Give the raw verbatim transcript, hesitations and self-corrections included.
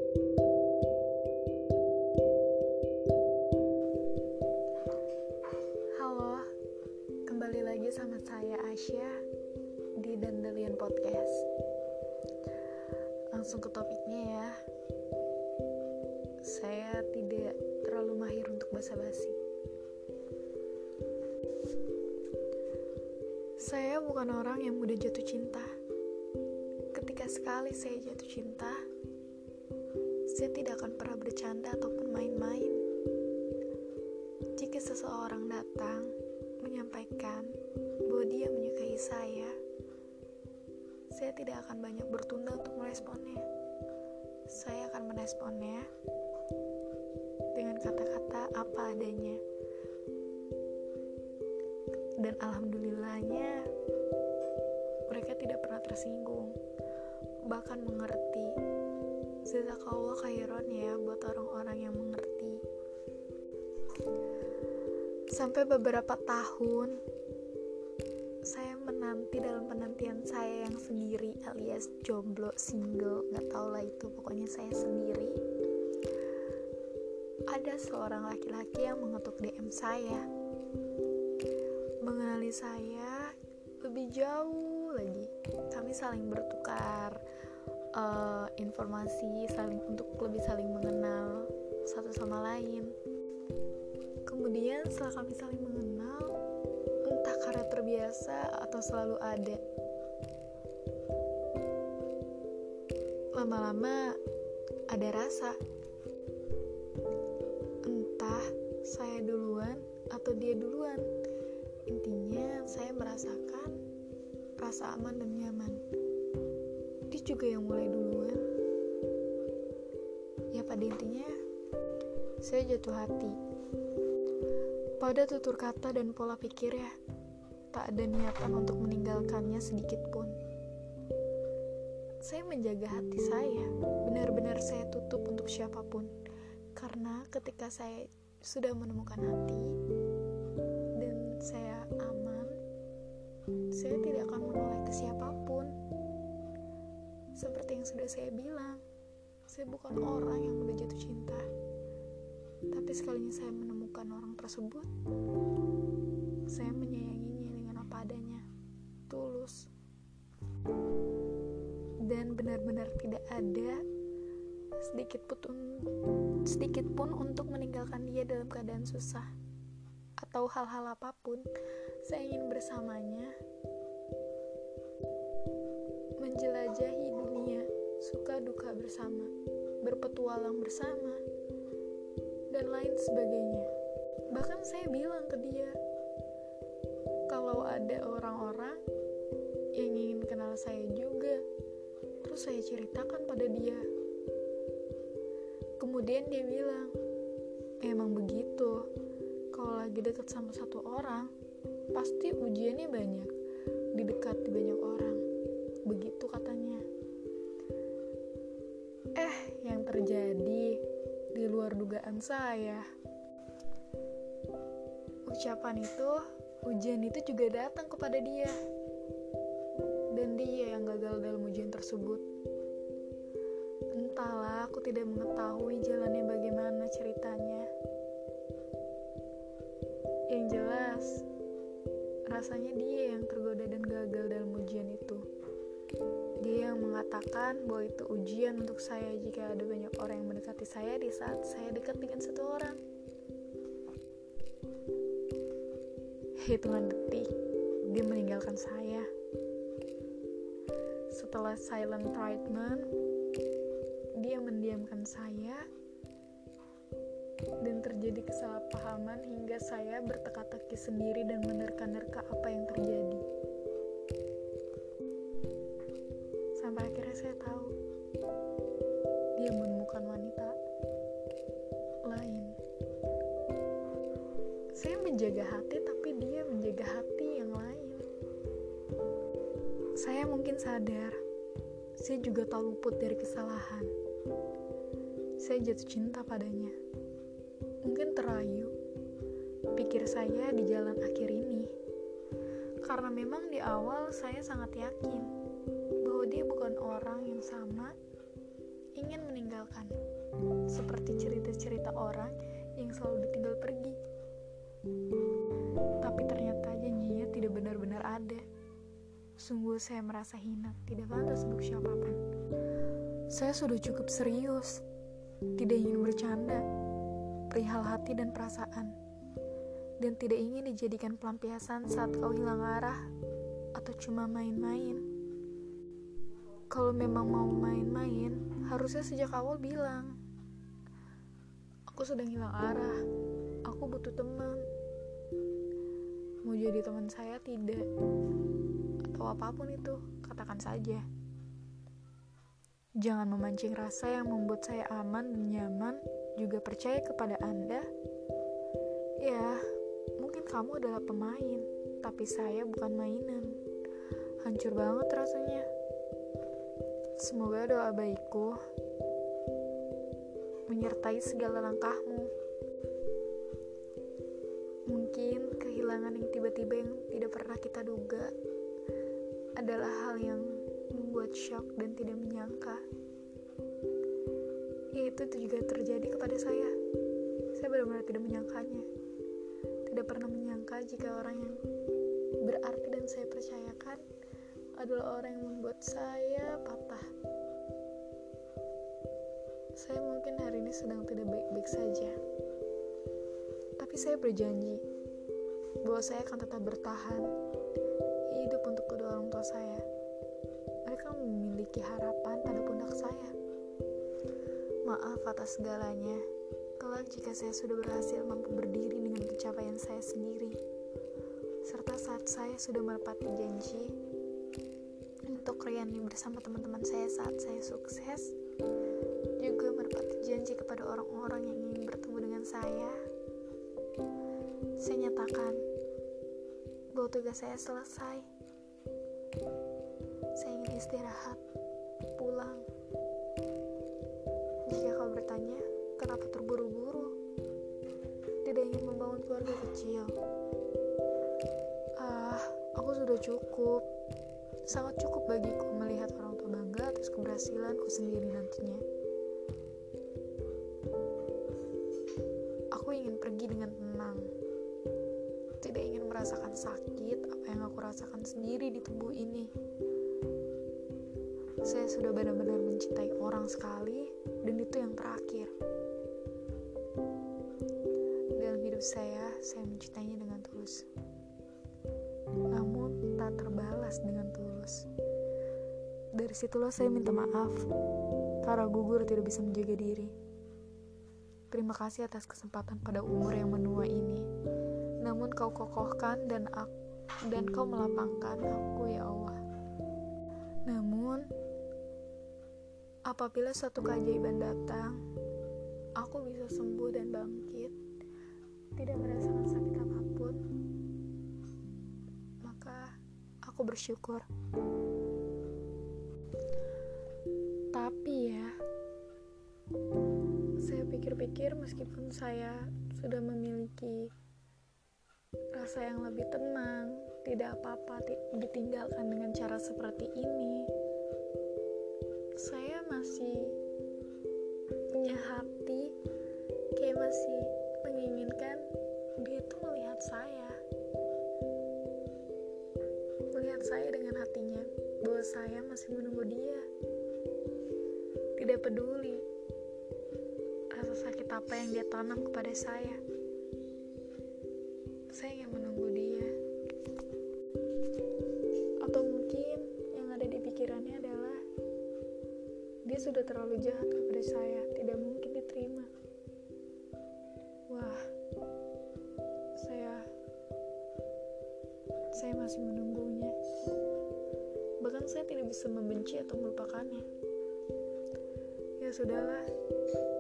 Halo, kembali lagi sama saya Asya di Dandelion Podcast. Langsung ke topiknya ya. Saya tidak terlalu mahir untuk basa-basi. Saya bukan orang yang mudah jatuh cinta. Ketika sekali saya jatuh cinta, saya tidak akan pernah bercanda ataupun main-main. Jika seseorang datang menyampaikan bahwa dia menyukai saya, saya tidak akan banyak bertunda untuk meresponnya. Saya akan meresponnya dengan kata-kata apa adanya. Dan alhamdulillahnya mereka tidak pernah tersinggung, bahkan mengerti. Jazakallah khairan ya buat orang-orang yang mengerti. Sampai beberapa tahun saya menanti dalam penantian saya yang sendiri alias jomblo, single, gak tau lah itu, pokoknya saya sendiri. Ada seorang laki-laki yang mengetuk D M saya, mengenali saya lebih jauh lagi. Kami saling bertukar uh, informasi, saling untuk lebih saling mengenal satu sama lain. Kemudian setelah kami saling mengenal, entah karena terbiasa atau selalu ada, lama-lama ada rasa. Entah saya duluan atau dia duluan. Intinya saya merasakan rasa aman dan nyaman. Dia juga yang mulai duluan. Ya pada intinya saya jatuh hati pada tutur kata dan pola pikirnya. Tak ada niatan untuk meninggalkannya sedikit pun. Saya menjaga hati saya, benar-benar saya tutup untuk siapapun. Karena ketika saya sudah menemukan hati dan saya aman, saya tidak akan menoleh ke siapapun. Seperti yang sudah saya bilang, saya bukan orang yang mudah jatuh cinta. Tapi sekalinya saya menemukan orang tersebut, saya menyayanginya dengan apa adanya, tulus. Dan benar-benar tidak ada sedikit pun, sedikit pun untuk meninggalkan dia dalam keadaan susah atau hal-hal apapun. Saya ingin bersamanya, menjelajahi dunia, suka duka bersama, berpetualang bersama, dan lain sebagainya. Bahkan saya bilang ke dia, kalau ada orang-orang yang ingin kenal saya juga, terus saya ceritakan pada dia. Kemudian dia bilang, emang begitu, kalau lagi dekat sama satu orang, pasti ujiannya banyak, didekati banyak orang. Begitu katanya. Eh, yang terjadi di luar dugaan saya. Ucapan itu, ujian itu juga datang kepada dia. Dan dia yang gagal dalam ujian tersebut. Entahlah, aku tidak mengetahui jalannya bagaimana ceritanya. Yang jelas, rasanya dia yang tergoda dan gagal dalam ujian itu. Dia yang mengatakan bahwa itu ujian untuk saya jika ada banyak orang yang mendekati saya di saat saya dekat dengan satu orang. Hitungan detik, dia meninggalkan saya. Setelah silent treatment, dia mendiamkan saya dan terjadi kesalahpahaman hingga saya berteka-teki sendiri dan menerka-nerka apa yang terjadi. Sampai akhirnya saya tahu dia menemukan wanita lain. Saya menjaga hati, tapi dia menjaga hati yang lain. Saya mungkin sadar, saya juga tak luput dari kesalahan. Saya jatuh cinta padanya. Mungkin terayu, pikir saya di jalan akhir ini. Karena memang di awal saya sangat yakin bahwa dia bukan orang yang sama ingin meninggalkan, seperti cerita-cerita orang yang selalu ditinggal pergi. Tapi ternyata janjinya tidak benar-benar ada. Sungguh saya merasa hina, tidak pantas untuk siapapun. Saya sudah cukup serius, tidak ingin bercanda, perihal hati dan perasaan, dan tidak ingin dijadikan pelampiasan saat kau hilang arah atau cuma main-main. Kalau memang mau main-main, harusnya sejak awal bilang, aku sedang hilang arah, aku butuh teman. Mau jadi teman saya tidak, atau apapun itu, katakan saja. Jangan memancing rasa yang membuat saya aman dan nyaman, juga percaya kepada Anda. Ya, mungkin kamu adalah pemain, tapi saya bukan mainan. Hancur banget rasanya. Semoga doa baikku menyertai segala langkahmu. Mungkin kehilangan yang tiba-tiba yang tidak pernah kita duga adalah hal yang membuat shock dan tidak menyangka. Ya, itu juga terjadi kepada saya. Saya benar-benar tidak menyangkanya. Tidak pernah menyangka jika orang yang berarti dan saya percayakan adalah orang yang membuat saya patah. Saya mungkin hari ini sedang tidak baik-baik saja, tapi saya berjanji bahwa saya akan tetap bertahan hidup untuk kedua orang tua saya. Mereka memiliki harapan pada pundak saya. Maaf atas segalanya, kelak jika saya sudah berhasil mampu berdiri dengan pencapaian saya sendiri, serta saat saya sudah menepati janji untuk reuni bersama teman-teman saya saat saya sukses, juga menepati janji kepada orang-orang yang ingin bertemu dengan saya. Saya nyatakan bahwa tugas saya selesai. Saya ingin istirahat, pulang. Jika kau bertanya, kenapa terburu-buru? Tidak ingin membangun keluarga kecil. Ah, aku sudah cukup. Sangat cukup bagiku melihat orang tua bangga atas keberhasilanku sendiri nantinya. Aku ingin pergi dengan tenang. Tidak ingin merasakan sakit apa yang aku rasakan sendiri di tubuh ini. Saya sudah benar-benar mencintai orang sekali, dan itu yang terakhir. Dalam hidup saya, saya mencintainya dengan tulus. Namun tak terbalas dengan tulus. Dari situlah saya minta maaf karena gugur tidak bisa menjaga diri. Terima kasih atas kesempatan pada umur yang menua ini. Namun kau kokohkan dan aku, dan kau melapangkan aku, ya Allah. Namun apabila suatu keajaiban datang, aku bisa sembuh dan bangkit, tidak merasakan sakit apapun, maka aku bersyukur. Tapi ya, saya pikir-pikir meskipun saya sudah memiliki rasa yang lebih tenang, tidak apa-apa ditinggalkan dengan cara seperti ini, saya masih punya hati, kayak masih menginginkan dia tuh melihat saya melihat saya dengan hatinya, bahwa saya masih menunggu dia. Tidak peduli rasa sakit apa yang dia tanam kepada saya, saya ingin menunggu dia. Atau mungkin yang ada di pikirannya adalah dia sudah terlalu jahat kepada saya, tidak mungkin diterima. Wah, saya saya masih menunggunya. Bahkan saya tidak bisa membenci atau melupakannya. Ya sudahlah,